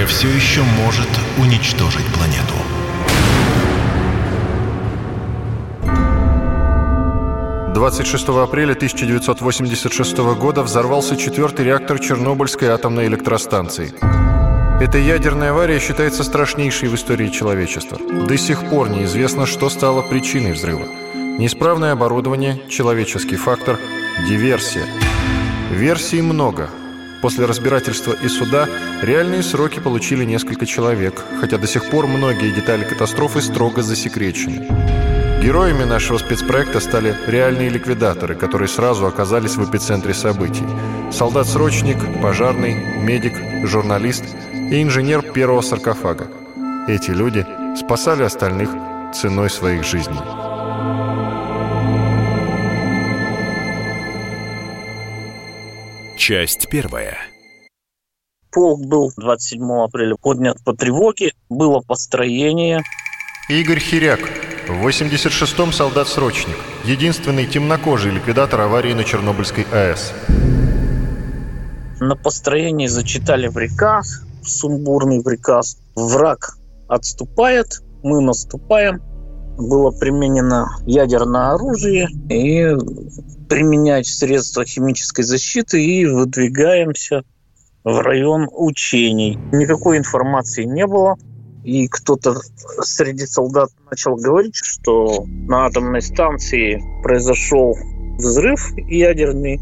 все еще может уничтожить планету. – 26 апреля 1986 года взорвался 4-й реактор Чернобыльской атомной электростанции. Эта ядерная авария считается страшнейшей в истории человечества. До сих пор неизвестно, что стало причиной взрыва. Неисправное оборудование, человеческий фактор, диверсия. Версий много. После разбирательства и суда реальные сроки получили несколько человек, хотя до сих пор многие детали катастрофы строго засекречены. Героями нашего спецпроекта стали реальные ликвидаторы, которые сразу оказались в эпицентре событий. Солдат-срочник, пожарный, медик, журналист и инженер первого саркофага. Эти люди спасали остальных ценой своих жизней. Часть первая. Полк был 27 апреля поднят по тревоге, было построение. Игорь Хиряк, в 86-м солдат-срочник, единственный темнокожий ликвидатор аварии на Чернобыльской АЭС. На построении зачитали приказ, сумбурный приказ. Враг отступает, мы наступаем. Было применено ядерное оружие и применять средства химической защиты и выдвигаемся в район учений. Никакой информации не было. И кто-то среди солдат начал говорить, что на атомной станции произошел взрыв ядерный,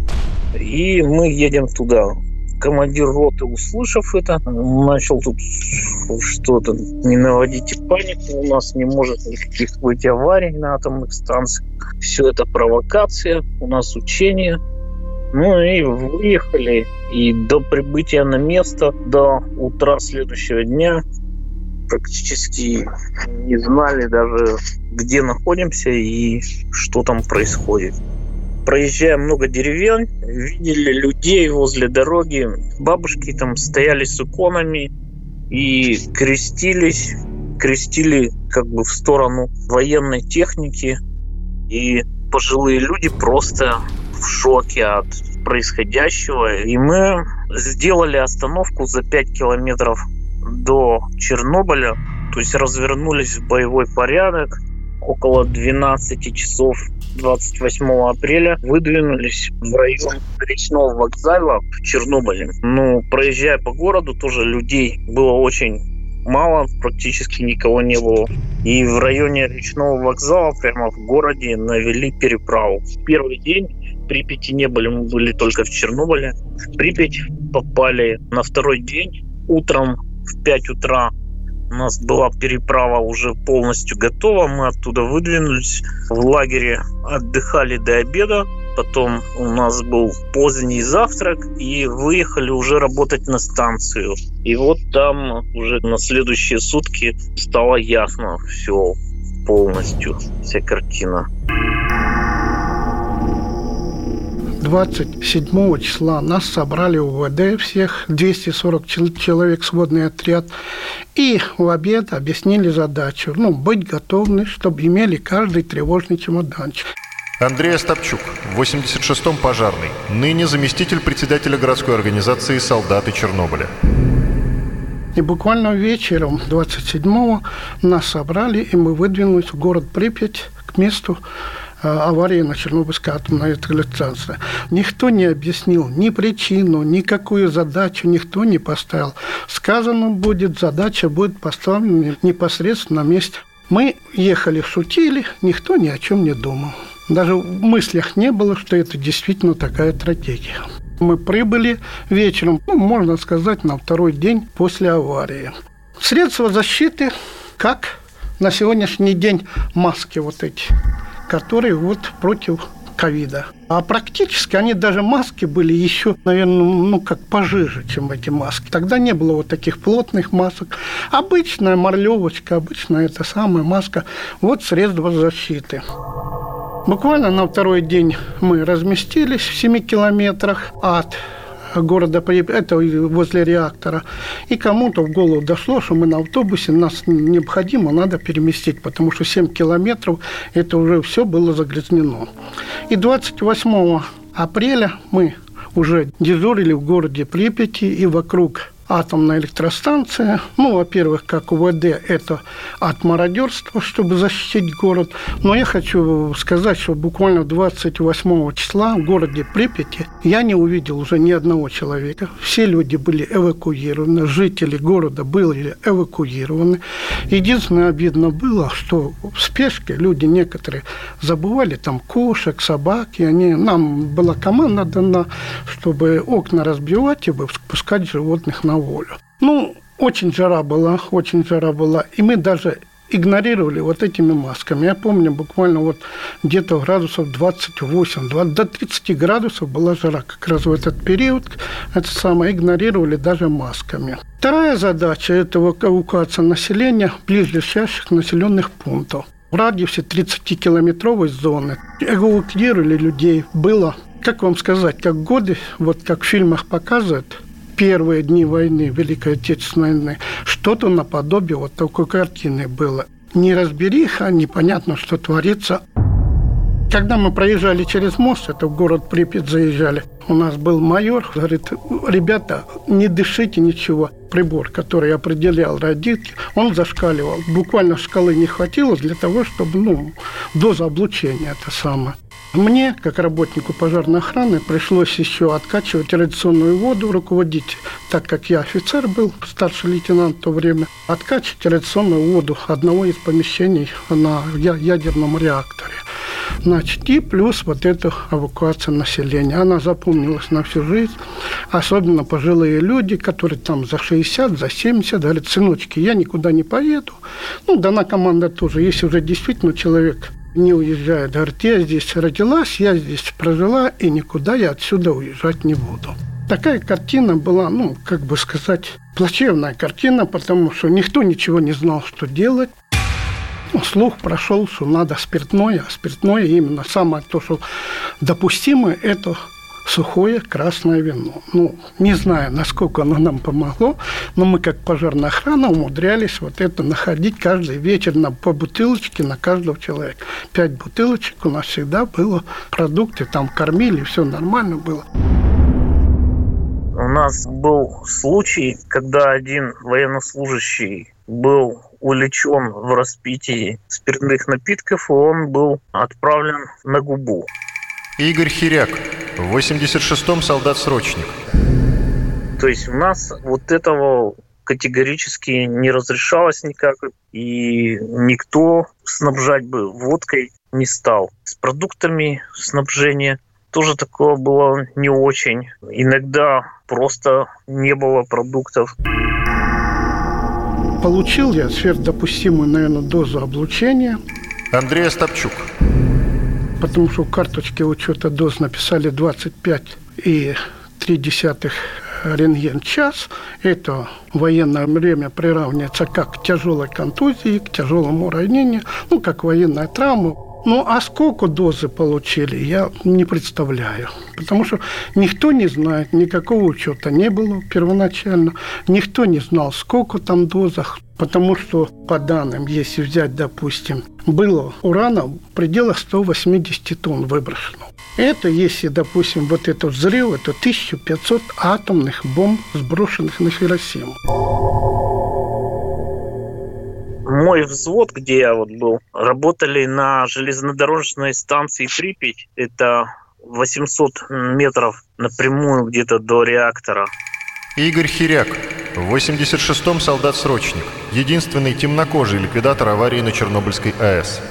и мы едем туда. Командир роты, услышав это, начал тут что-то: не наводите панику, у нас не может никаких быть аварий на атомных станциях. Все это провокация, у нас учения. Ну и выехали, и до прибытия на место, до утра следующего дня практически не знали даже, где находимся и что там происходит. Проезжая много деревень, видели людей возле дороги. Бабушки там стояли с иконами и крестились. Крестили как бы в сторону военной техники. И пожилые люди просто в шоке от происходящего. И мы сделали остановку за 5 километров до Чернобыля. То есть развернулись в боевой порядок. Около 12 часов 28 апреля выдвинулись в район речного вокзала в Чернобыле. Ну, проезжая по городу, тоже людей было очень мало, практически никого не было. И в районе речного вокзала, прямо в городе, навели переправу. Первый день в Припяти не были, мы были только в Чернобыле. В Припять попали на второй день. Утром в 5 утра у нас была переправа уже полностью готова. Мы оттуда выдвинулись. В лагере отдыхали до обеда. Потом у нас был поздний завтрак. И выехали уже работать на станцию. И вот там уже на следующие сутки стало ясно все полностью, вся картина. 27 числа нас собрали в УВД, всех 240 человек, сводный отряд, и в обед объяснили задачу, быть готовыми, чтобы имели каждый тревожный чемоданчик. Андрей Остапчук, в 86-м пожарный, ныне заместитель председателя городской организации «Солдаты Чернобыля». И буквально вечером 27-го нас собрали, и мы выдвинулись в город Припять к месту аварии на Чернобыльской атомной электростанции. Никто не объяснил ни причину, никакую задачу никто не поставил. Сказано будет, задача будет поставлена непосредственно на месте. Мы ехали, шутили, никто ни о чем не думал. Даже в мыслях не было, что это действительно такая трагедия. Мы прибыли вечером, можно сказать, на второй день после аварии. Средства защиты, как на сегодняшний день маски вот эти, которые против ковида. А практически они даже маски были еще, наверное, как пожиже, чем эти маски. Тогда не было вот таких плотных масок. Обычная марлевочка, обычная эта самая маска. Вот средства защиты. Буквально на второй день мы разместились в 7 километрах от города, это возле реактора. И кому-то в голову дошло, что мы на автобусе, нас необходимо, надо переместить, потому что 7 километров, это уже все было загрязнено. И 28 апреля мы уже дежурили в городе Припяти, и вокруг атомная электростанция. Ну, во-первых, как УВД, это от мародерства, чтобы защитить город. Но я хочу сказать, что буквально 28 числа в городе Припяти я не увидел уже ни одного человека. Все люди были эвакуированы, жители города были эвакуированы. Единственное обидно было, что в спешке люди некоторые забывали там кошек, собак. И нам была команда дана, чтобы окна разбивать и выпускать животных на волю. Ну, очень жара была. И мы даже игнорировали вот этими масками. Я помню, буквально вот где-то градусов 28, до 30 градусов была жара. Как раз в этот период игнорировали даже масками. Вторая задача – это эвакуация населения близлежащих населенных пунктов. В радиусе 30-километровой зоны эвакуировали людей. Было, как вам сказать, как годы, вот как в фильмах показывают, первые дни войны, Великой Отечественной войны, что-то наподобие вот такой картины было. Неразбериха, непонятно, что творится. Когда мы проезжали через мост, это в город Припять заезжали, у нас был майор, говорит: ребята, не дышите ничего. Прибор, который определял радиативность, он зашкаливал. Буквально шкалы не хватило для того, чтобы, доза облучения это самое. Мне, как работнику пожарной охраны, пришлось еще откачивать радиационную воду, руководить, так как я офицер был, старший лейтенант в то время, откачивать радиационную воду одного из помещений на ядерном реакторе. Значит, и плюс вот эту эвакуацию населения. Она запомнилась на всю жизнь. Особенно пожилые люди, которые там за 60, за 70, говорят: сыночки, я никуда не поеду. Дана команда тоже. Если уже действительно человек не уезжает, говорит: я здесь родилась, я здесь прожила, и никуда я отсюда уезжать не буду. Такая картина была, плачевная картина, потому что никто ничего не знал, что делать. Слух прошел, что надо спиртное, а спиртное именно самое то, что допустимое, это сухое красное вино. Не знаю, насколько оно нам помогло, но мы, как пожарная охрана, умудрялись вот это находить каждый вечер по бутылочке на каждого человека. 5 бутылочек у нас всегда было, продукты там кормили, все нормально было. У нас был случай, когда один военнослужащий был увлечен в распитии спиртных напитков, и он был отправлен на губу. Игорь Хиряк, в 86-м солдат-срочник. То есть у нас вот этого категорически не разрешалось никак, и никто снабжать бы водкой не стал. С продуктами снабжения тоже такое было не очень. Иногда просто не было продуктов. Получил я сверхдопустимую, наверное, дозу облучения. Андрей Остапчук. Потому что в карточке учета доз написали 25,3 рентген-час. Это военное время приравнивается как к тяжелой контузии, к тяжелому ранению, как военная травма. А сколько дозы получили, я не представляю. Потому что никто не знает, никакого учета не было первоначально. Никто не знал, сколько там дозах. Потому что, по данным, если взять, допустим, было урана в пределах 180 тонн выброшено. Это, если, допустим, вот этот взрыв, это 1500 атомных бомб, сброшенных на Хиросиму. Мой взвод, где я был, работали на железнодорожной станции Припять. Это 800 метров напрямую где-то до реактора. Игорь Хиряк, в 86-м солдат-срочник. Единственный темнокожий ликвидатор аварии на Чернобыльской АЭС.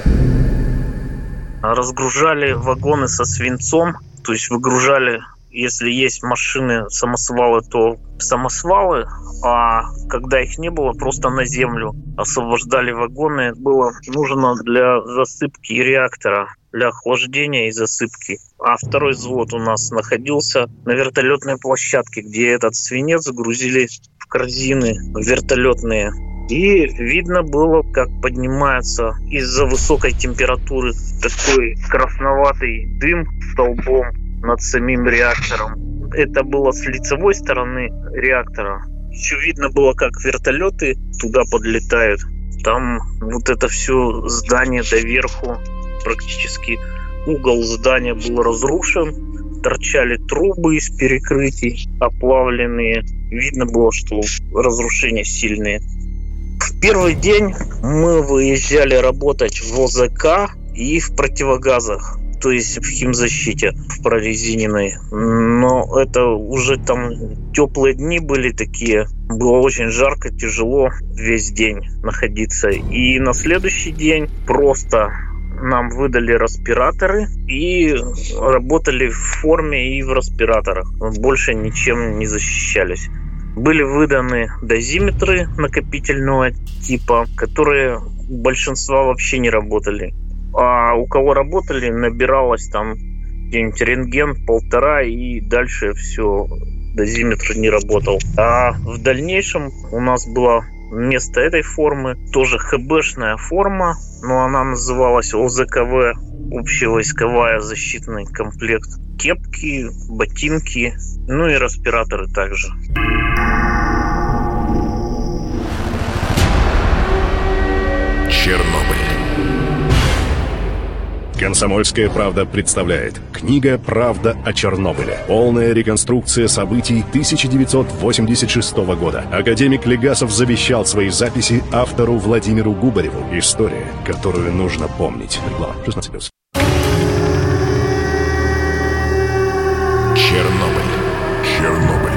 Разгружали вагоны со свинцом, то есть выгружали, если есть машины, самосвалы, то самосвалы, а когда их не было, просто на землю освобождали вагоны. Было нужно для засыпки реактора, для охлаждения и засыпки. А второй взвод у нас находился на вертолетной площадке, где этот свинец грузили в корзины вертолетные. И видно было, как поднимается из-за высокой температуры такой красноватый дым столбом над самим реактором. Это было с лицевой стороны реактора. Еще видно было, как вертолеты туда подлетают. Там вот это все здание доверху, практически угол здания был разрушен. Торчали трубы из перекрытий, оплавленные. видно было, что разрушения сильные. В первый день мы выезжали работать в ОЗК и в противогазах, то есть в химзащите, в прорезиненной. Но это уже там теплые дни были такие. Было очень жарко, тяжело весь день находиться. И на следующий день просто нам выдали респираторы и работали в форме и в респираторах. Больше ничем не защищались. Были выданы дозиметры накопительного типа, которые у большинства вообще не работали. А у кого работали, набиралось там где-нибудь рентген 1,5, и дальше все, дозиметр не работал. А в дальнейшем у нас была вместо этой формы тоже ХБшная форма, но она называлась ОЗКВ, общевойсковая защитный комплект. Кепки, ботинки, ну и респираторы также. Чернобыль. «Комсомольская правда» представляет. Книга «Правда о Чернобыле». Полная реконструкция событий 1986 года. Академик Легасов завещал свои записи автору Владимиру Губареву. История, которую нужно помнить. Реклама 16+. Чернобыль.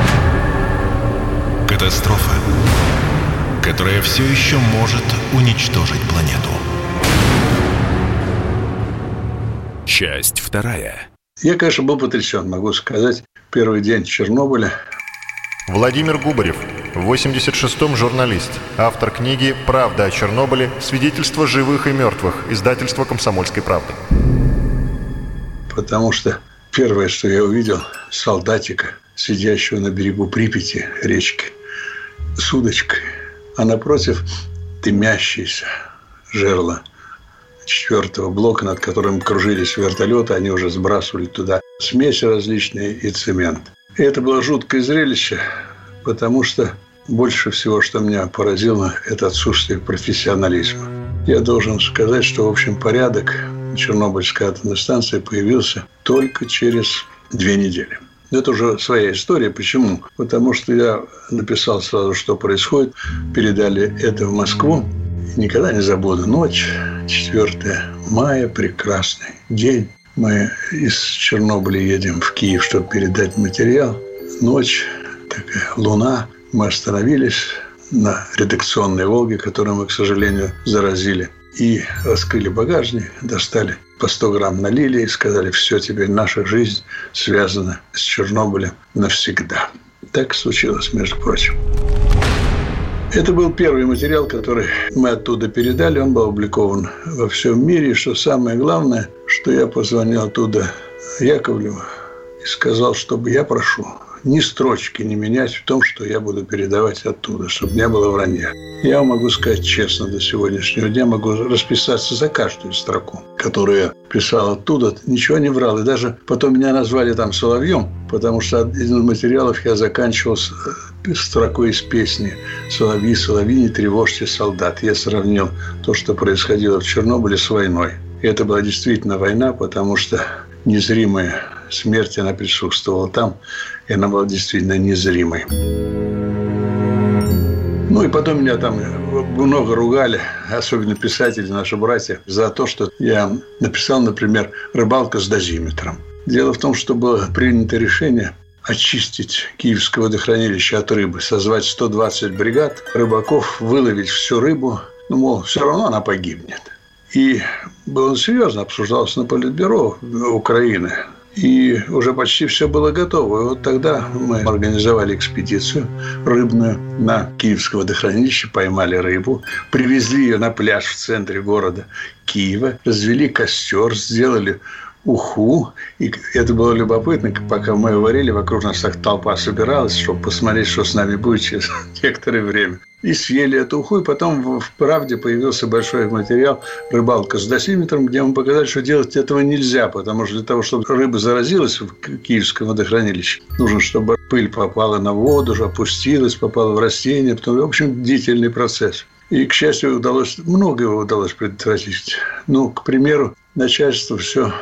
Катастрофа, которая все еще может уничтожить планету. Часть 2. Я, конечно, был потрясен, могу сказать. Первый день Чернобыля. Владимир Губарев, в 86-м журналист, автор книги «Правда о Чернобыле. Свидетельства живых и мертвых», издательство «Комсомольской правды». Потому что первое, что я увидел, солдатика, сидящего на берегу Припяти, речки, с удочкой, а напротив дымящееся жерло 4-го блока, над которым кружились вертолеты, они уже сбрасывали туда смеси различные и цемент. И это было жуткое зрелище, потому что больше всего, что меня поразило, это отсутствие профессионализма. Я должен сказать, что, в общем, порядок Чернобыльской атомной станции появился только через 2 недели. Это уже своя история. Почему? Потому что я написал сразу, что происходит, передали это в Москву. Никогда не забуду ночь, 4 мая, прекрасный день. Мы из Чернобыля едем в Киев, чтобы передать материал. Ночь, такая луна. Мы остановились на редакционной «Волге», которую мы, к сожалению, заразили. И раскрыли багажник, достали по 100 грамм, налили и сказали: все, теперь наша жизнь связана с Чернобылем навсегда. Так случилось, между прочим. Это был первый материал, который мы оттуда передали. Он был опубликован во всем мире. И что самое главное, что я позвонил оттуда Яковлеву и сказал, чтобы я прошу ни строчки не менять в том, что я буду передавать оттуда, чтобы не было вранья. Я могу сказать честно, до сегодняшнего дня могу расписаться за каждую строку, которую я писал оттуда. Ничего не врал. И даже потом меня назвали там Соловьем, потому что один из материалов я заканчивал строкой из песни «Соловьи, соловьи, не тревожьте солдат». Я сравнил то, что происходило в Чернобыле, с войной. И это была действительно война, потому что незримая смерть, она присутствовала там, и она была действительно незримой. Ну и потом меня там много ругали, особенно писатели, наши братья, за то, что я написал, например, «Рыбалка с дозиметром». Дело в том, что было принято решение очистить Киевское водохранилище от рыбы, созвать 120 бригад рыбаков, выловить всю рыбу, ну, мол, все равно она погибнет. И было серьезно, обсуждалось на Политбюро Украины. И уже почти все было готово. И вот тогда мы организовали экспедицию рыбную на Киевское водохранилище, поймали рыбу, привезли ее на пляж в центре города Киева, развели костер, сделали уху. И это было любопытно, пока мы варили, вокруг нас так толпа собиралась, чтобы посмотреть, что с нами будет через некоторое время. И съели эту уху, и потом в «Правде» появился большой материал «Рыбалка с дозиметром», где мы показали, что делать этого нельзя, потому что для того, чтобы рыба заразилась в Киевском водохранилище, нужно, чтобы пыль попала на воду, опустилась, попала в растения, потом, в общем, длительный процесс. И, к счастью, многое удалось предотвратить. Ну, к примеру, начальство все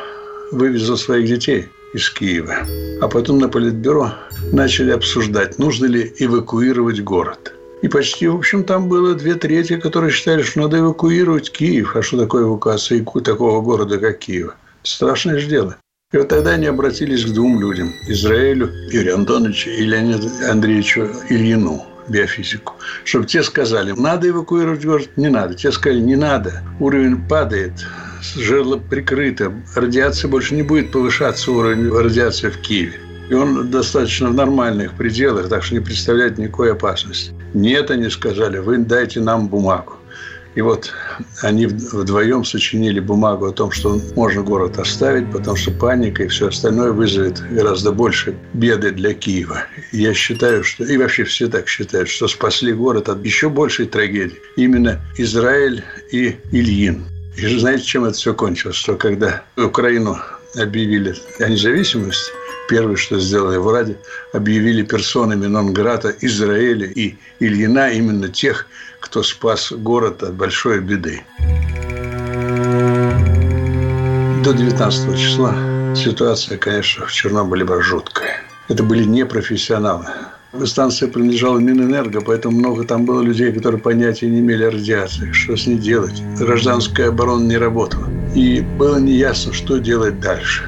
вывезла своих детей из Киева. А потом на Политбюро начали обсуждать, нужно ли эвакуировать город. И почти, в общем, там было 2/3, которые считали, что надо эвакуировать Киев. А что такое эвакуация такого города, как Киев? Страшное же дело. И вот тогда они обратились к двум людям. Израилю Юрию Антоновичу и Леониду Андреевичу Ильину, биофизику. Чтобы те сказали, надо эвакуировать город, не надо. Те сказали, не надо. Уровень падает, жерло прикрыто. Радиация больше не будет повышаться, уровень радиации в Киеве. И он достаточно в нормальных пределах, так что не представляет никакой опасности. Нет, они сказали, вы дайте нам бумагу. И вот они вдвоем сочинили бумагу о том, что можно город оставить, потому что паника и все остальное вызовет гораздо больше беды для Киева. Я считаю, что, и вообще все так считают, что спасли город от еще большей трагедии именно Израиль и Ильин. И знаете, чем это все кончилось? Что когда Украину объявили о независимости, первое, что сделали в Раде, объявили персонами нон-грата Израиля и Ильина, именно тех, кто спас город от большой беды. До 19 числа ситуация, конечно, в Чернобыле была жуткая. Это были непрофессионалы. Станция принадлежала Минэнерго, поэтому много там было людей, которые понятия не имели о радиации, что с ней делать. Гражданская оборона не работала. И было неясно, что делать дальше.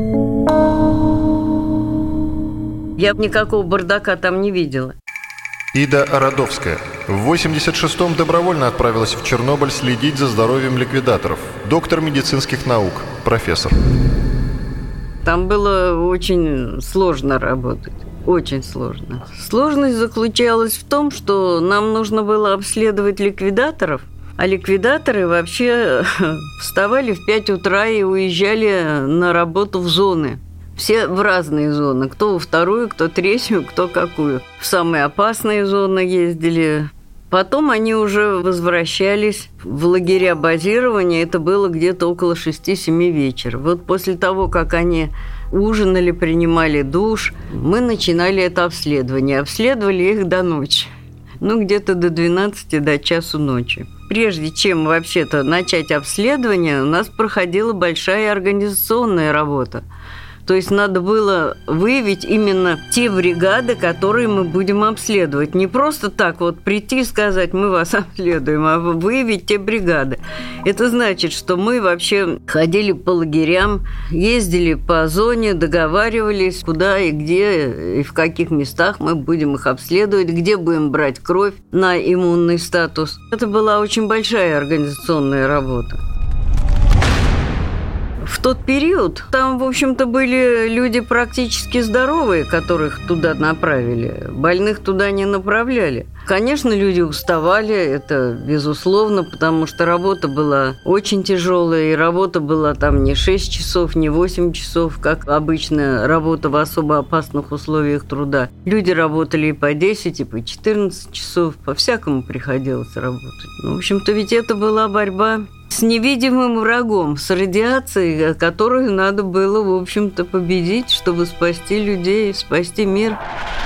Я никакого бардака там не видела. Ида Орадовская. В 86-м добровольно отправилась в Чернобыль следить за здоровьем ликвидаторов. Доктор медицинских наук, профессор. Там было очень сложно работать. Очень сложно. Сложность заключалась в том, что нам нужно было обследовать ликвидаторов, а ликвидаторы вообще вставали в 5 утра и уезжали на работу в зоны. Все в разные зоны. Кто во вторую, кто третью, кто какую. В самые опасные зоны ездили. Потом они уже возвращались в лагеря базирования. Это было где-то около 6-7 вечера. Вот после того, как они ужинали, принимали душ, мы начинали это обследование. Обследовали их до ночи. Где-то до 12, до часу ночи. Прежде чем вообще-то начать обследование, у нас проходила большая организационная работа. То есть надо было выявить именно те бригады, которые мы будем обследовать. Не просто так вот прийти и сказать, мы вас обследуем, а выявить те бригады. Это значит, что мы вообще ходили по лагерям, ездили по зоне, договаривались, куда и где, и в каких местах мы будем их обследовать, где будем брать кровь на иммунный статус. Это была очень большая организационная работа. В тот период там, в общем-то, были люди практически здоровые, которых туда направили. Больных туда не направляли. Конечно, люди уставали, это безусловно, потому что работа была очень тяжелая, и работа была там не 6 часов, не 8 часов, как обычно работа в особо опасных условиях труда. Люди работали и по 10, и по 14 часов, по-всякому приходилось работать. В общем-то, ведь это была борьба с невидимым врагом, с радиацией, которую надо было, в общем-то, победить, чтобы спасти людей, спасти мир.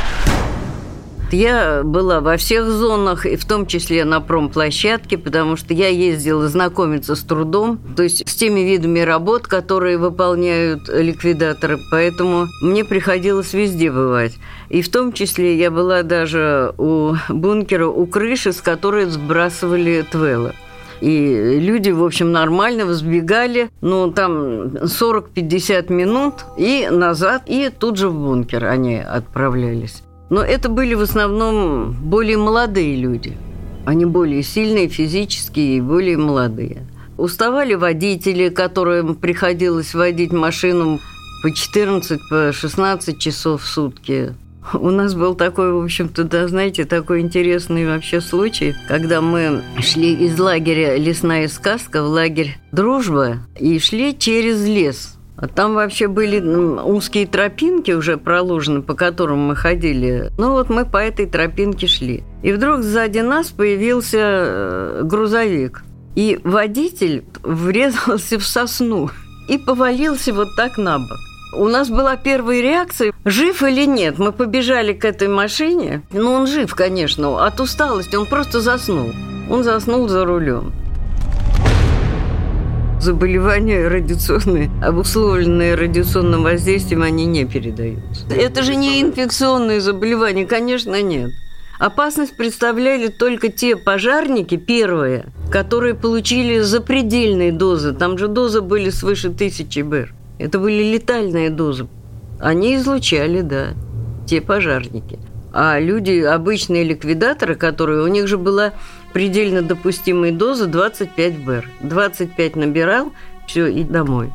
Я была во всех зонах, и в том числе на промплощадке, потому что я ездила знакомиться с трудом, то есть с теми видами работ, которые выполняют ликвидаторы, поэтому мне приходилось везде бывать. И в том числе я была даже у бункера, у крыши, с которой сбрасывали твелы. И люди, в общем, нормально взбегали, там 40-50 минут и назад, и тут же в бункер они отправлялись. Но это были в основном более молодые люди. Они более сильные физически и более молодые. Уставали водители, которым приходилось водить машину по 14, по 16 часов в сутки. У нас был такой, в общем-то, такой интересный вообще случай, когда мы шли из лагеря «Лесная сказка» в лагерь «Дружба» и шли через лес. А там вообще были узкие тропинки уже проложены, по которым мы ходили. Мы по этой тропинке шли. И вдруг сзади нас появился грузовик. И водитель врезался в сосну и повалился вот так на бок. У нас была первая реакция, жив или нет. Мы побежали к этой машине. Он жив, конечно, от усталости. Он просто заснул. Он заснул за рулем. заболевания радиационные, обусловленные радиационным воздействием, они не передаются. Это же не инфекционные заболевания, конечно, нет. Опасность представляли только те пожарники, первые, которые получили запредельные дозы. Там же дозы были свыше 1000 БЭР. Это были летальные дозы. Они излучали, да, те пожарники. А люди, обычные ликвидаторы, которые, у них же была предельно допустимая доза 25 БЭР. 25 набирал, все, и домой.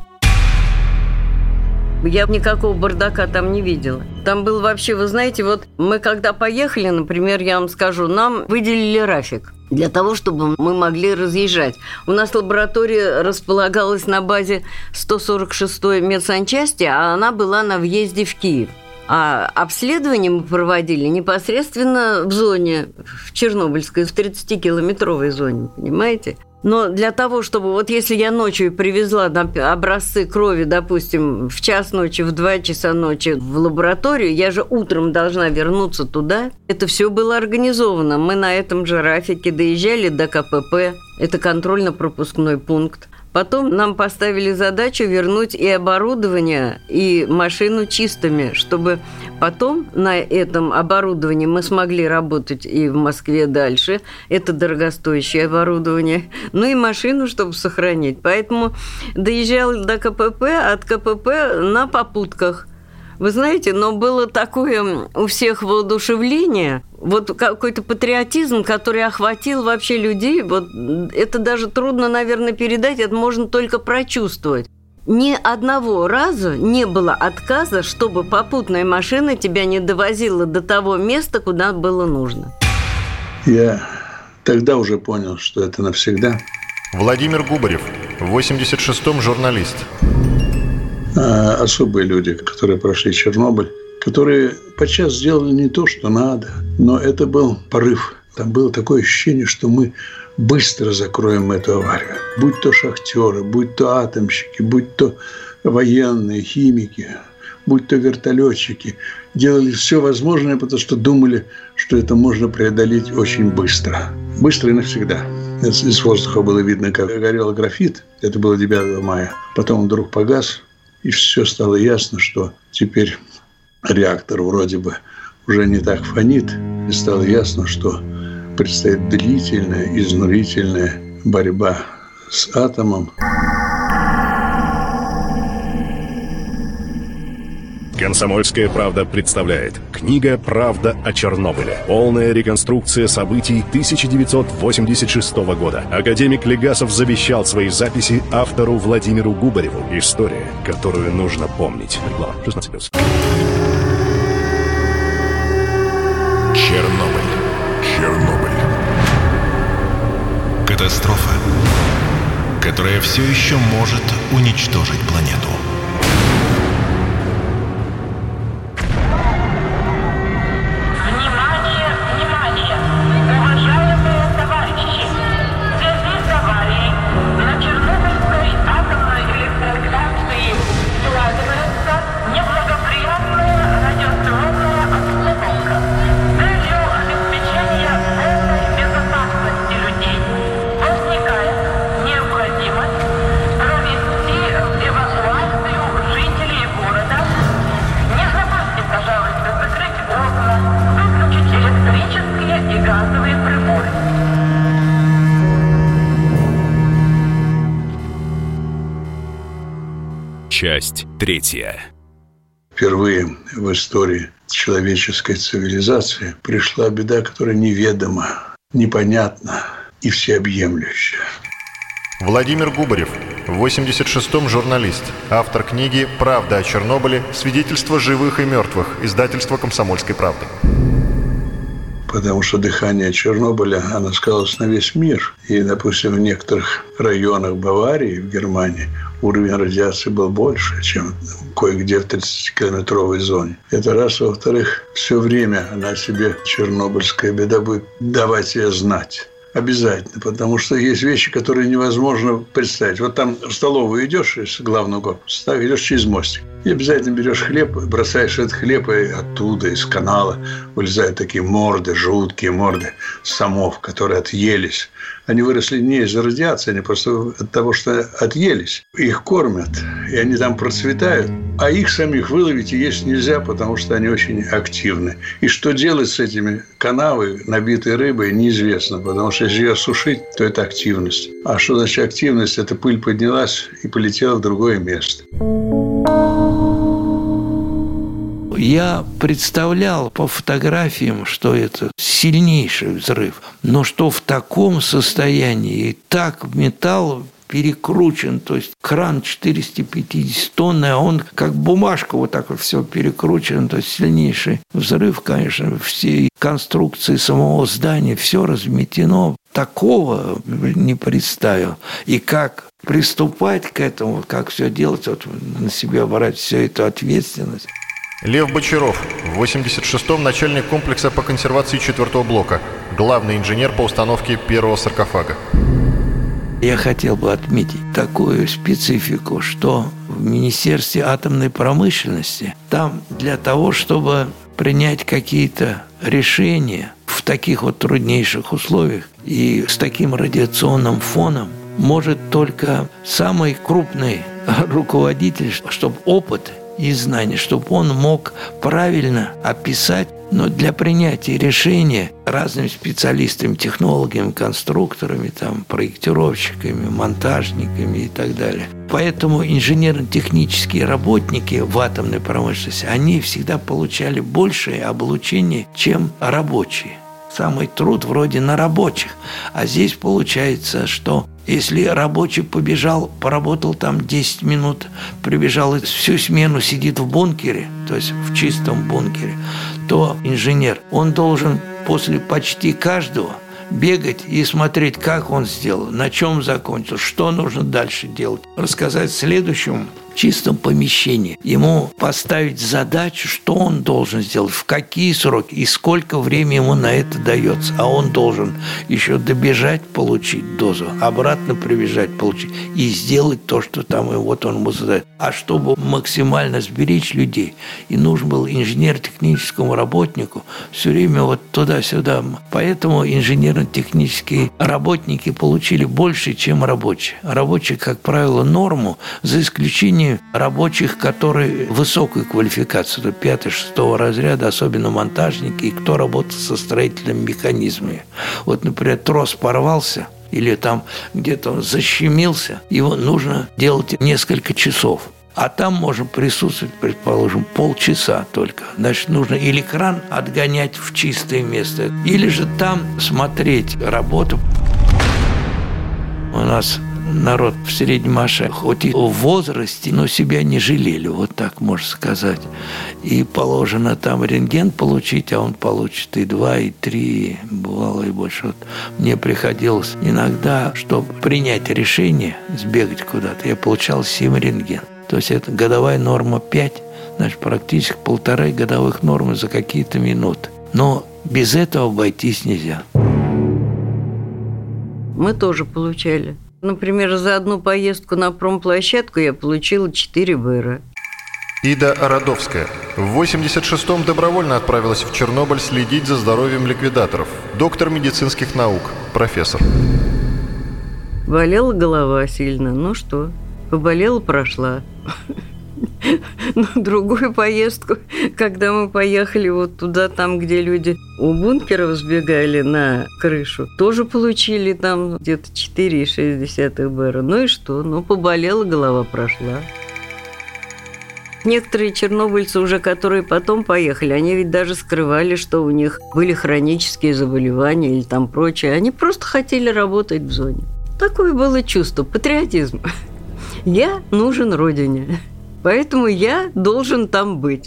Я никакого бардака там не видела. Там был вообще, вы знаете, вот мы когда поехали, например, я вам скажу, нам выделили рафик для того, чтобы мы могли разъезжать. У нас лаборатория располагалась на базе 146-й медсанчасти, а она была на въезде в Киев. А обследование мы проводили непосредственно в зоне, в Чернобыльской, в 30-километровой зоне, понимаете? Но для того, чтобы... Вот если я ночью привезла образцы крови, допустим, в час ночи, в 2 часа ночи в лабораторию, я же утром должна вернуться туда. Это все было организовано. Мы на этом же рафике доезжали до КПП. Это контрольно-пропускной пункт. Потом нам поставили задачу вернуть и оборудование, и машину чистыми, чтобы потом на этом оборудовании мы смогли работать и в Москве дальше. Это дорогостоящее оборудование. Ну и машину, чтобы сохранить. Поэтому доезжал до КПП, от КПП на попутках. Вы знаете, но было такое у всех воодушевление, вот какой-то патриотизм, который охватил вообще людей. Вот это даже трудно, наверное, передать, это можно только прочувствовать. Ни одного раза не было отказа, чтобы попутная машина тебя не довозила до того места, куда было нужно. Я тогда уже понял, что это навсегда. Владимир Губарев, в 86-м журналист. Особые люди, которые прошли Чернобыль, которые подчас сделали не то, что надо, но это был порыв. Там было такое ощущение, что мы быстро закроем эту аварию. Будь то шахтеры, будь то атомщики, будь то военные, химики, будь то вертолетчики. Делали все возможное, потому что думали, что это можно преодолеть очень быстро. Быстро и навсегда. Из воздуха было видно, как горел графит. Это было 9 мая. Потом он вдруг погас. И все стало ясно, что теперь реактор вроде бы уже не так фонит. И стало ясно, что предстоит длительная, изнурительная борьба с атомом. «Комсомольская правда» представляет. Книга «Правда о Чернобыле». Полная реконструкция событий 1986 года. Академик Легасов завещал свои записи автору Владимиру Губареву. История, которую нужно помнить. Глава 16+. Чернобыль. Катастрофа, которая все еще может уничтожить планету. Часть 3. Впервые в истории человеческой цивилизации пришла беда, которая неведома, непонятна и всеобъемлющая. Владимир Губарев, в 86-м журналист, автор книги «Правда о Чернобыле. Свидетельства живых и мертвых», издательство «Комсомольской правды». Потому что дыхание Чернобыля, оно сказалось на весь мир. И, допустим, в некоторых районах Баварии, в Германии, уровень радиации был больше, чем кое-где в 30-километровой зоне. Это раз. Во-вторых, все время она себе, чернобыльская беда, будет давать себе знать. Обязательно, потому что есть вещи, которые невозможно представить. Вот там в столовую идешь из главного корпуса, идешь через мостик. И обязательно берешь хлеб, бросаешь этот хлеб, и оттуда, из канала, вылезают такие морды, жуткие морды самов, которые отъелись. Они выросли не из-за радиации, они просто от того, что отъелись. Их кормят, и они там процветают. А их самих выловить и есть нельзя, потому что они очень активны. И что делать с этими канавой, набитой рыбой, неизвестно. Потому что если ее сушить, то это активность. А что значит активность? Это пыль поднялась и полетела в другое место. Я представлял по фотографиям, что это сильнейший взрыв, но что в таком состоянии, и так металл перекручен, то есть кран 450-тонный, а он как бумажка вот так вот все перекручен, то есть сильнейший взрыв, конечно, все конструкции самого здания, все разметено. Такого не представил. И как приступать к этому, как все делать, вот на себя брать всю эту ответственность. Лев Бочаров, в 86-м начальник комплекса по консервации 4-го блока, главный инженер по установке первого саркофага. Я хотел бы отметить такую специфику, что в Министерстве атомной промышленности там для того, чтобы принять какие-то решения в таких вот труднейших условиях и с таким радиационным фоном, может только самый крупный руководитель, чтобы опыт и знания, чтобы он мог правильно описать, но для принятия решения разными специалистами, технологами, конструкторами, там, проектировщиками, монтажниками и так далее. Поэтому инженерно-технические работники в атомной промышленности, они всегда получали большее облучение, чем рабочие. Самый труд вроде на рабочих. А здесь получается, что если рабочий побежал, поработал там 10 минут, прибежал и всю смену сидит в бункере, то есть в чистом бункере, то инженер, он должен после почти каждого бегать и смотреть, как он сделал, на чем закончил, что нужно дальше делать. Рассказать следующему в чистом помещении. Ему поставить задачу, что он должен сделать, в какие сроки и сколько времени ему на это дается. А он должен еще добежать, получить дозу, обратно прибежать, получить и сделать то, что там и вот он ему задает. А чтобы максимально сберечь людей, и нужен был инженер-техническому работнику все время вот туда-сюда. Поэтому инженерно-технические работники получили больше, чем рабочие. Рабочие, как правило, норму, за исключением рабочих, которые высокой квалификации, 5-6 разряда, особенно монтажники, и кто работает со строительными механизмами. Вот, например, трос порвался, или там где-то он защемился, его нужно делать несколько часов. А там можно присутствовать, предположим, полчаса только. Значит, нужно или кран отгонять в чистое место, или же там смотреть работу. У нас народ в Среднем Аше, хоть и в возрасте, но себя не жалели, вот так можно сказать. И положено там рентген получить, а он получит и 2, и 3, бывало и больше. Вот мне приходилось иногда, чтобы принять решение, сбегать куда-то, я получал 7 рентген. То есть это годовая норма 5, значит, практически 1,5 годовых нормы за какие-то минуты. Но без этого обойтись нельзя. Мы тоже получали. Например, за одну поездку на промплощадку я получила 4 БР. Ида Родовская. В 86-м добровольно отправилась в Чернобыль следить за здоровьем ликвидаторов. Доктор медицинских наук, профессор. Болела голова сильно. Ну что, поболела, прошла. Но другую поездку, когда мы поехали вот туда, там, где люди у бункеров сбегали на крышу, тоже получили там где-то 4,6 БР. Ну и что? Ну, поболела, голова прошла. Некоторые чернобыльцы уже, которые потом поехали, они ведь даже скрывали, что у них были хронические заболевания или там прочее. Они просто хотели работать в зоне. Такое было чувство, патриотизм. Я нужен родине. Поэтому я должен там быть.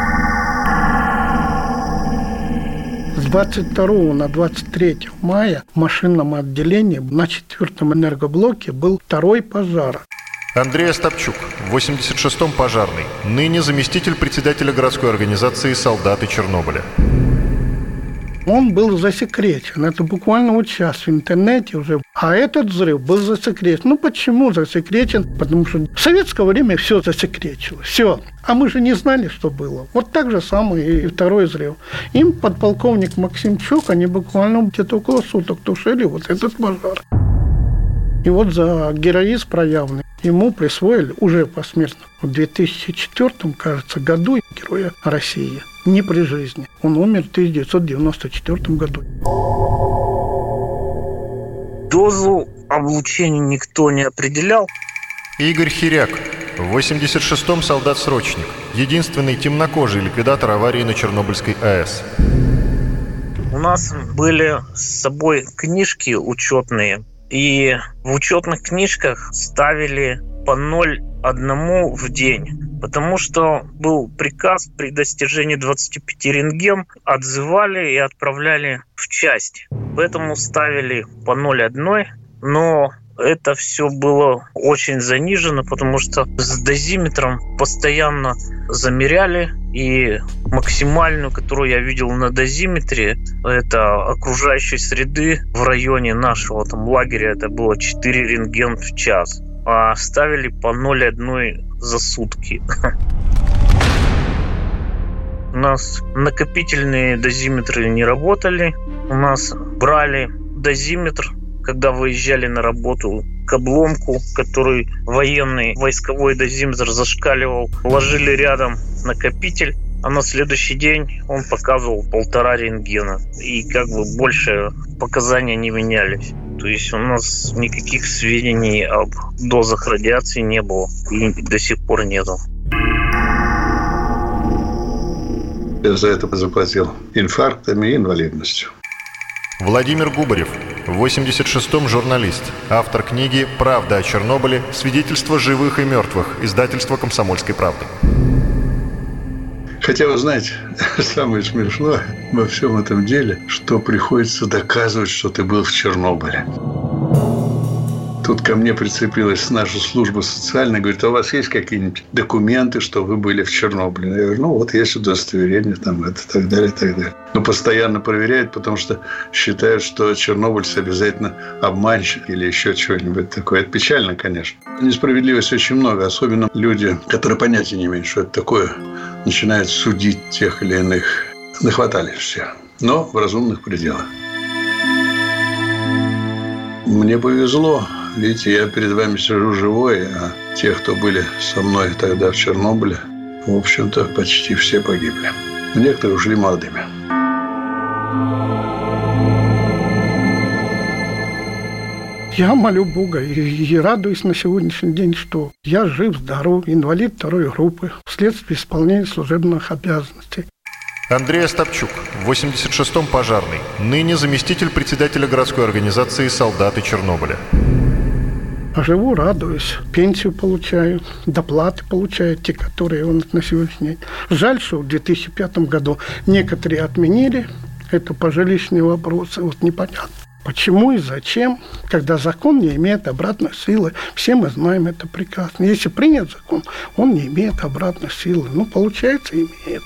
С 22 на 23 мая в машинном отделении на 4-м энергоблоке был 2-й пожар. Андрей Остапчук, в 86-м пожарный, ныне заместитель председателя городской организации «Солдаты Чернобыля». Он был засекречен. Это буквально вот сейчас в интернете уже. А этот взрыв был засекречен. Ну, почему засекречен? Потому что в советское время все засекречилось. Все. А мы же не знали, что было. Вот так же самое и второй взрыв. Им подполковник Максимчук, они буквально где-то около суток тушили вот этот пожар. И вот за героизм проявленный ему присвоили уже посмертно в 2004, кажется, году Героя России. Не при жизни. Он умер в 1994 году. Дозу облучения никто не определял. Игорь Хиряк, в 86-м солдат-срочник, единственный темнокожий ликвидатор аварии на Чернобыльской АЭС. У нас были с собой книжки учетные, и в учетных книжках ставили по 0,1 в день, потому что был приказ при достижении 25 рентген отзывали и отправляли в часть. Поэтому ставили по 0,1, но это все было очень занижено, потому что с дозиметром постоянно замеряли, и максимальную, которую я видел на дозиметре, это окружающей среды в районе нашего там лагеря, это было 4 рентген в час, а ставили по 0,1 за сутки. У нас накопительные дозиметры не работали, у нас брали дозиметр, когда выезжали на работу, к обломку, который военный войсковой дозиметр зашкаливал, ложили рядом накопитель, а на следующий день он показывал 1,5 рентгена. И как бы больше показания не менялись. То есть у нас никаких сведений об дозах радиации не было и до сих пор нету. Я за это заплатил инфарктами и инвалидностью. Владимир Губарев, в 86-м журналист, автор книги «Правда о Чернобыле. Свидетельства живых и мертвых», издательство «Комсомольской правды». Хотя, вы знаете, самое смешное во всем этом деле, что приходится доказывать, что ты был в Чернобыле. Тут ко мне прицепилась наша служба социальная, говорит: а у вас есть какие-нибудь документы, что вы были в Чернобыле? Я говорю: ну вот есть удостоверение, там это, так далее, так далее. Но постоянно проверяют, потому что считают, что чернобыльцы обязательно обманщик или еще чего-нибудь такое. Это печально, конечно. Несправедливости очень много, особенно люди, которые понятия не имеют, что это такое, начинают судить тех или иных. Нахватались все, но в разумных пределах. Мне повезло. Видите, я перед вами сижу живой, а те, кто были со мной тогда в Чернобыле, в общем-то, почти все погибли. Некоторые ушли молодыми. Я молю Бога и радуюсь на сегодняшний день, что я жив, здоров, инвалид второй группы вследствие исполнения служебных обязанностей. Андрей Остапчук, в 86-м пожарный, ныне заместитель председателя городской организации «Солдаты Чернобыля». Живу, радуюсь, пенсию получаю, доплаты получают те, которые он на сегодняшний день. Жаль, что в 2005 году некоторые отменили, это пожилищные вопросы, вот непонятно. Почему и зачем, когда закон не имеет обратной силы? Все мы знаем это прекрасно. Если принят закон, он не имеет обратной силы. Ну, получается, имеет.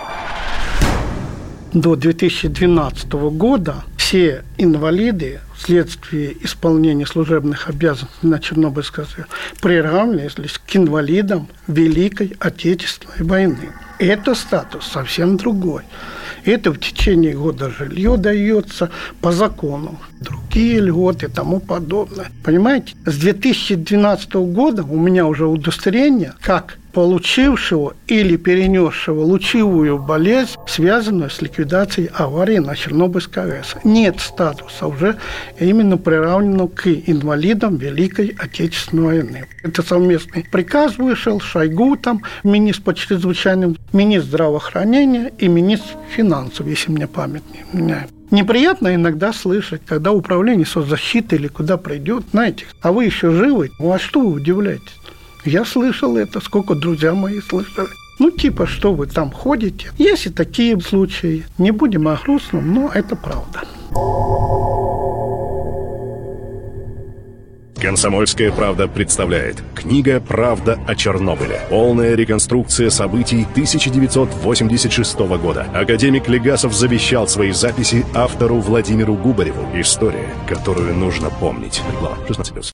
До 2012 года все инвалиды вследствие исполнения служебных обязанностей на Чернобыльской АЭС приравнивались к инвалидам Великой Отечественной войны. Это статус совсем другой. Это в течение года жилье дается по закону, другие льготы и тому подобное. Понимаете, с 2012 года у меня уже удостоверение как получившего или перенесшего лучевую болезнь, связанную с ликвидацией аварии на Чернобыльской АЭС. Нет статуса уже именно приравненного к инвалидам Великой Отечественной войны. Это совместный приказ вышел, Шойгу, там, министр по чрезвычайным, министр здравоохранения и министр финансов, если мне память не меняет. Неприятно иногда слышать, когда управление соцзащиты или куда придет, знаете, а вы еще живы, а что вы удивляетесь? Я слышал это, сколько друзья мои слышали. Ну, типа, что вы там ходите. Есть и такие случаи. Не будем о грустном, но это правда. «Комсомольская правда» представляет. Книга «Правда о Чернобыле». Полная реконструкция событий 1986 года. Академик Легасов завещал свои записи автору Владимиру Губареву. История, которую нужно помнить. Глава 16+.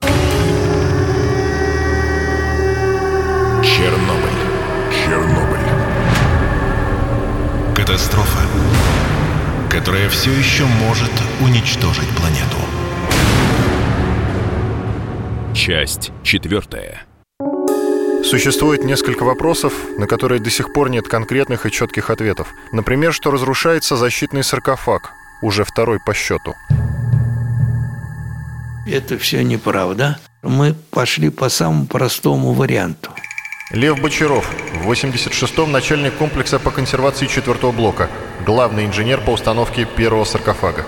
Чернобыль. Катастрофа, которая все еще может уничтожить планету. Часть 4. Существует несколько вопросов, на которые до сих пор нет конкретных и четких ответов. Например, что разрушается защитный саркофаг, уже второй по счету. Это все неправда. Мы пошли по самому простому варианту. Лев Бочаров, в 86-м начальник комплекса по консервации 4-го блока, главный инженер по установке первого саркофага.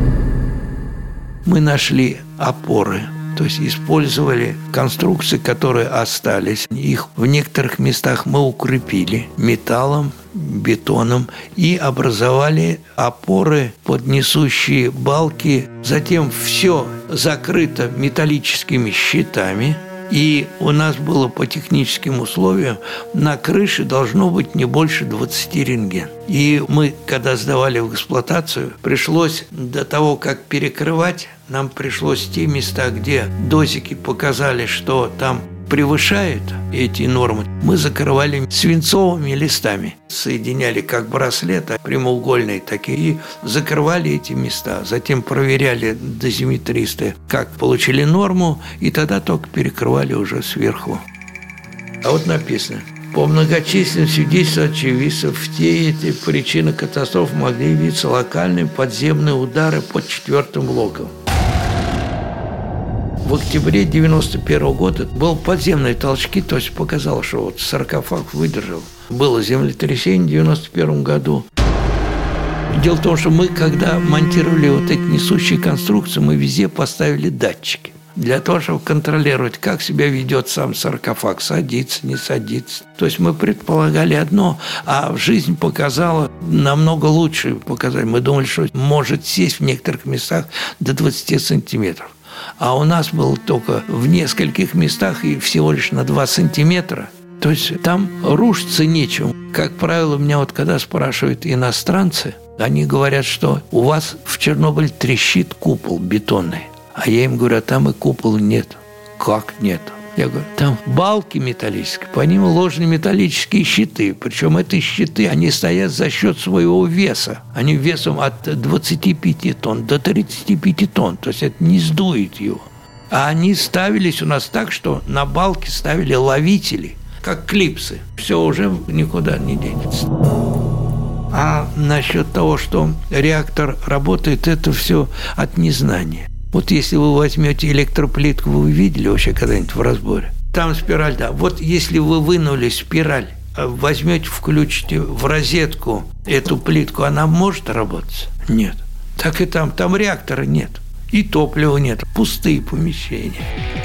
Мы нашли опоры, то есть использовали конструкции, которые остались. Их в некоторых местах мы укрепили металлом, бетоном и образовали опоры под несущие балки. Затем все закрыто металлическими щитами. И у нас было по техническим условиям на крыше должно быть не больше 20 рентген. И мы, когда сдавали в эксплуатацию, пришлось до того, как перекрывать, нам пришлось те места, где дозики показали, что там превышают эти нормы, мы закрывали свинцовыми листами. Соединяли как браслеты прямоугольные такие и закрывали эти места. Затем проверяли дозиметристы, как получили норму, и тогда только перекрывали уже сверху. А вот написано: по многочисленным свидетельствам очевидцев, в те эти причины катастроф могли явиться локальные подземные удары под 4-м блоком. В октябре 1991 года был подземные толчки, то есть показалось, что вот саркофаг выдержал. Было землетрясение в 1991 году. Дело в том, что мы, когда монтировали вот эти несущие конструкции, мы везде поставили датчики. Для того, чтобы контролировать, как себя ведет сам саркофаг, садится, не садится. То есть мы предполагали одно, а жизнь показала намного лучше показать. Мы думали, что может сесть в некоторых местах до 20 сантиметров. А у нас было только в нескольких местах и всего лишь на 2 сантиметра. То есть там рушиться нечем. Как правило, меня вот когда спрашивают иностранцы, они говорят, что у вас в Чернобыле трещит купол бетонный. А я им говорю, а там и купола нет. Как нет? Я говорю, там балки металлические, по ним ложные металлические щиты. Причем эти щиты, они стоят за счет своего веса. Они весом от 25 тонн до 35 тонн. То есть это не сдует его. А они ставились у нас так, что на балки ставили ловители, как клипсы. Все уже никуда не денется. А насчет того, что реактор работает, это все от незнания. Вот если вы возьмете электроплитку, вы видели вообще когда-нибудь в разборе? Там спираль, да. Вот если вы вынули спираль, возьмете, включите в розетку эту плитку, она может работать? Нет. Так и там реактора нет. И топлива нет. Пустые помещения.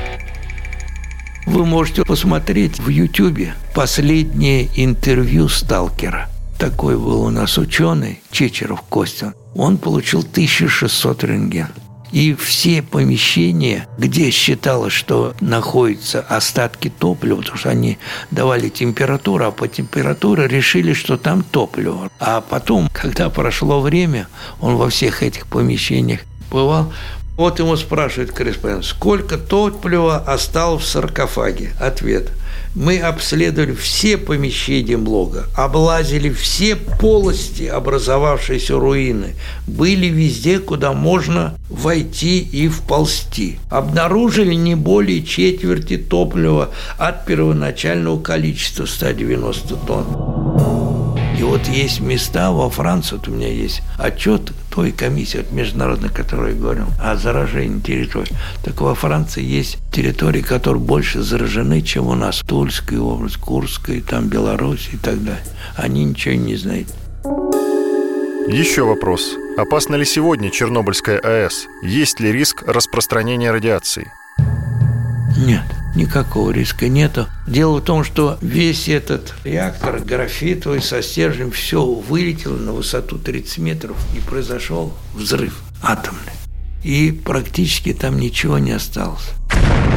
Вы можете посмотреть в Ютубе последнее интервью сталкера. Такой был у нас ученый, Чечеров Костян. Он получил 1600 рентген. И все помещения, где считалось, что находятся остатки топлива, потому что они давали температуру, а по температуре решили, что там топливо. А потом, когда прошло время, он во всех этих помещениях бывал. Вот ему спрашивает корреспондент, сколько топлива осталось в саркофаге? Ответ. Мы обследовали все помещения блока, облазили все полости образовавшейся руины, были везде, куда можно войти и вползти. Обнаружили не более четверти топлива от первоначального количества 190 тонн. И вот есть места во Франции, вот у меня есть отчет той комиссии от международной, о которой я говорил, о заражении территорий. Так во Франции есть территории, которые больше заражены, чем у нас. Тульская область, Курская, там Беларусь и так далее. Они ничего не знают. Еще вопрос. Опасна ли сегодня Чернобыльская АЭС? Есть ли риск распространения радиации? Нет, никакого риска нету. Дело в том, что весь этот реактор графитовый со стержнем, все вылетело на высоту 30 метров и произошел взрыв атомный. И практически там ничего не осталось.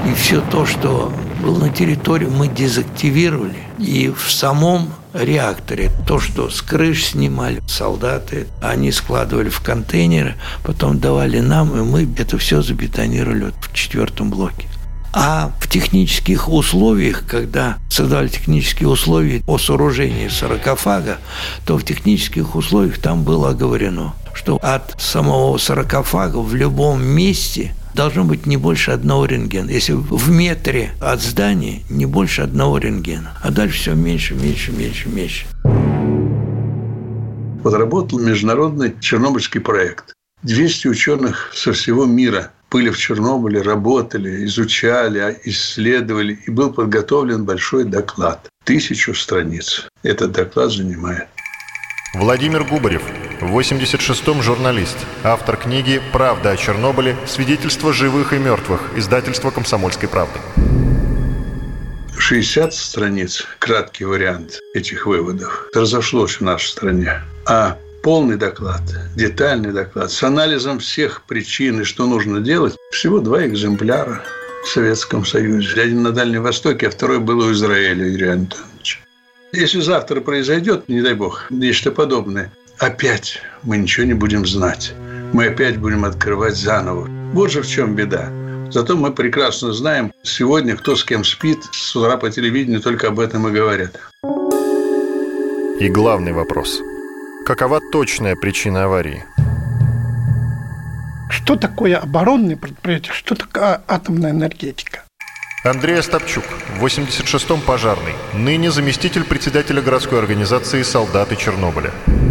И все то, что было на территории, мы дезактивировали. И в самом реакторе то, что с крыш снимали солдаты, они складывали в контейнеры, потом давали нам, и мы это все забетонировали в 4-м блоке. А в технических условиях, когда создавали технические условия о сооружении саркофага, то в технических условиях там было оговорено, что от самого саркофага в любом месте должно быть не больше 1 рентгена. Если в метре от здания, не больше 1 рентгена. А дальше все меньше. Вот работал международный Чернобыльский проект. 200 ученых со всего мира были в Чернобыле, работали, изучали, исследовали. И был подготовлен большой доклад. 1000 страниц. Этот доклад занимает. Владимир Губарев, в 86-м журналист, автор книги «Правда о Чернобыле. Свидетельства живых и мертвых», издательство «Комсомольской правды». 60 страниц, краткий вариант этих выводов, разошлось в нашей стране. А полный доклад, детальный доклад с анализом всех причин и что нужно делать, всего 2 экземпляра в Советском Союзе. Один на Дальнем Востоке, а второй был у Израиля, Юрия Антоновича. Если завтра произойдет, не дай бог, нечто подобное, опять мы ничего не будем знать. Мы опять будем открывать заново. Вот же в чем беда. Зато мы прекрасно знаем сегодня, кто с кем спит. С утра по телевидению только об этом и говорят. И главный вопрос. Какова точная причина аварии? Что такое оборонное предприятие? Что такое атомная энергетика? Андрей Остапчук, в 86-м пожарный, ныне заместитель председателя городской организации «Солдаты Чернобыля».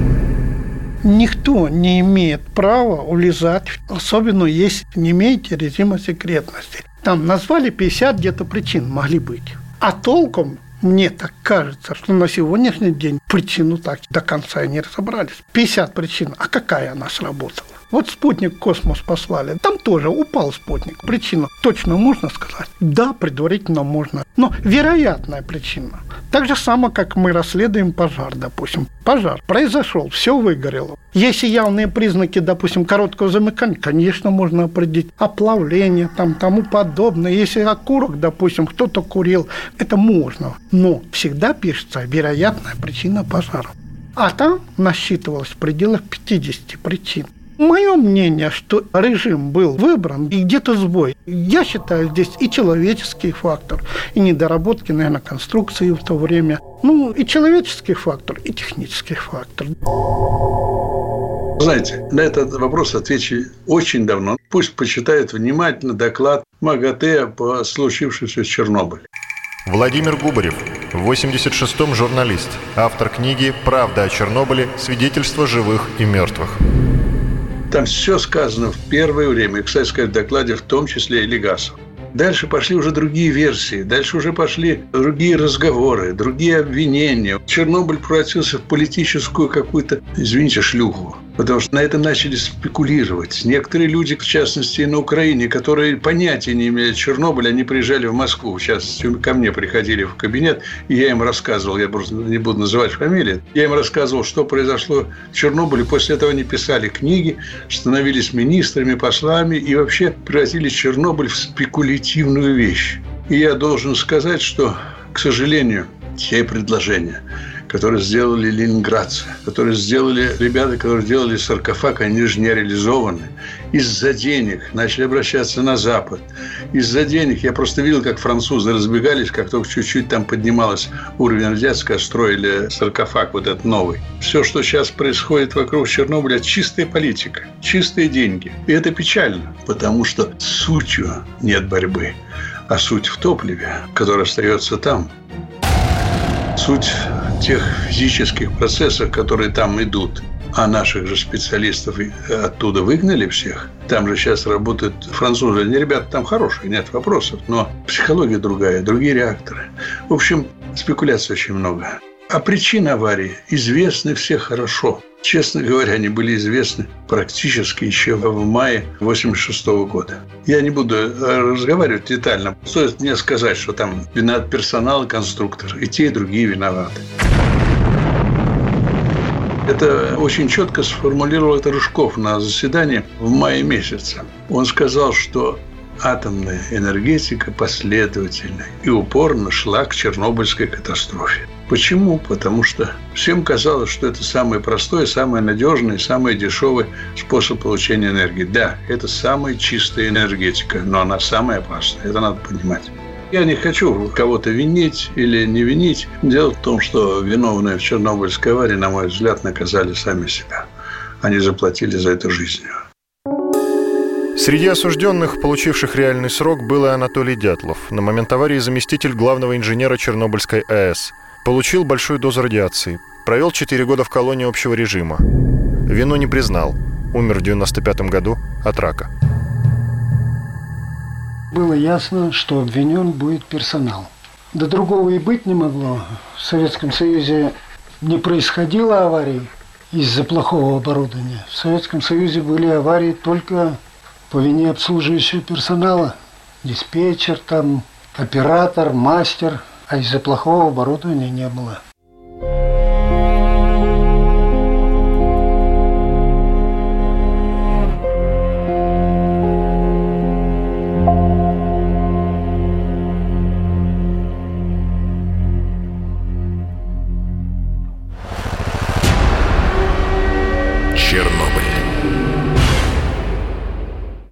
Никто не имеет права улезать, особенно если не имеете режима секретности. Там назвали 50 где-то причин, могли быть. А толком, мне так кажется, что на сегодняшний день причину так до конца и не разобрались. 50 причин, а какая она сработала? Вот спутник в космос послали, там тоже упал спутник. Причину точно можно сказать? Да, предварительно можно, но вероятная причина. Так же само, как мы расследуем пожар, допустим. Пожар произошел, все выгорело. Если явные признаки, допустим, короткого замыкания, конечно, можно определить. Оплавление, тому подобное. Если окурок, допустим, кто-то курил, это можно. Но всегда пишется вероятная причина пожара. А там насчитывалось в пределах 50 причин. Мое мнение, что режим был выбран и где-то сбой. Я считаю, здесь и человеческий фактор, и недоработки, наверное, конструкции в то время. И человеческий фактор, и технический фактор. Знаете, на этот вопрос отвечу очень давно. Пусть почитают внимательно доклад МАГАТЭ по случившемуся в Чернобыле. Владимир Губарев, в 86-м журналист, автор книги «Правда о Чернобыле. Свидетельства живых и мертвых». Там все сказано в первое время. И, кстати сказать, в докладе в том числе и Легасов. Дальше пошли уже другие версии, дальше уже пошли другие разговоры, другие обвинения. Чернобыль превратился в политическую какую-то, извините, шлюху. Потому что на этом начали спекулировать. Некоторые люди, в частности, на Украине, которые понятия не имели Чернобыля, они приезжали в Москву. В частности, ко мне приходили в кабинет, и я им рассказывал, я просто не буду называть фамилии, я им рассказывал, что произошло в Чернобыле. После этого они писали книги, становились министрами, послами и вообще превратили Чернобыль в спекулятивную вещь. И я должен сказать, что, к сожалению, те предложения, которые сделали ленинградцы, которые сделали ребята, которые делали саркофаг, они же не реализованы. Из-за денег начали обращаться на Запад. Из-за денег я просто видел, как французы разбегались, как только чуть-чуть там поднималась уровень радиации, строили саркофаг вот этот новый. Все, что сейчас происходит вокруг Чернобыля, чистая политика, чистые деньги. И это печально, потому что с сутью нет борьбы, а суть в топливе, которое остается там. Суть тех физических процессов, которые там идут, а наших же специалистов оттуда выгнали всех. Там же сейчас работают французы. Они, ребята, там хорошие, нет вопросов. Но психология другая, другие реакторы. В общем, спекуляций очень много. А причины аварии известны все хорошо. Честно говоря, они были известны практически еще в мае 1986 года. Я не буду разговаривать детально. Стоит мне сказать, что там виноват персонал и конструктор. И те, и другие виноваты. Это очень четко сформулировал это Рыжков на заседании в мае месяце. Он сказал, что атомная энергетика последовательно и упорно шла к Чернобыльской катастрофе. Почему? Потому что всем казалось, что это самый простой, самый надежный, самый дешевый способ получения энергии. Да, это самая чистая энергетика, но она самая опасная. Это надо понимать. Я не хочу кого-то винить или не винить. Дело в том, что виновные в Чернобыльской аварии, на мой взгляд, наказали сами себя. Они заплатили за это жизнью. Среди осужденных, получивших реальный срок, был и Анатолий Дятлов, на момент аварии заместитель главного инженера Чернобыльской АЭС. Получил большую дозу радиации. Провел 4 года в колонии общего режима. Вину не признал. Умер в 1995 году от рака. Было ясно, что обвинен будет персонал. Да другого и быть не могло. В Советском Союзе не происходило аварий из-за плохого оборудования. В Советском Союзе были аварии только по вине обслуживающего персонала. Диспетчер, оператор, мастер. А из-за плохого оборудования не было.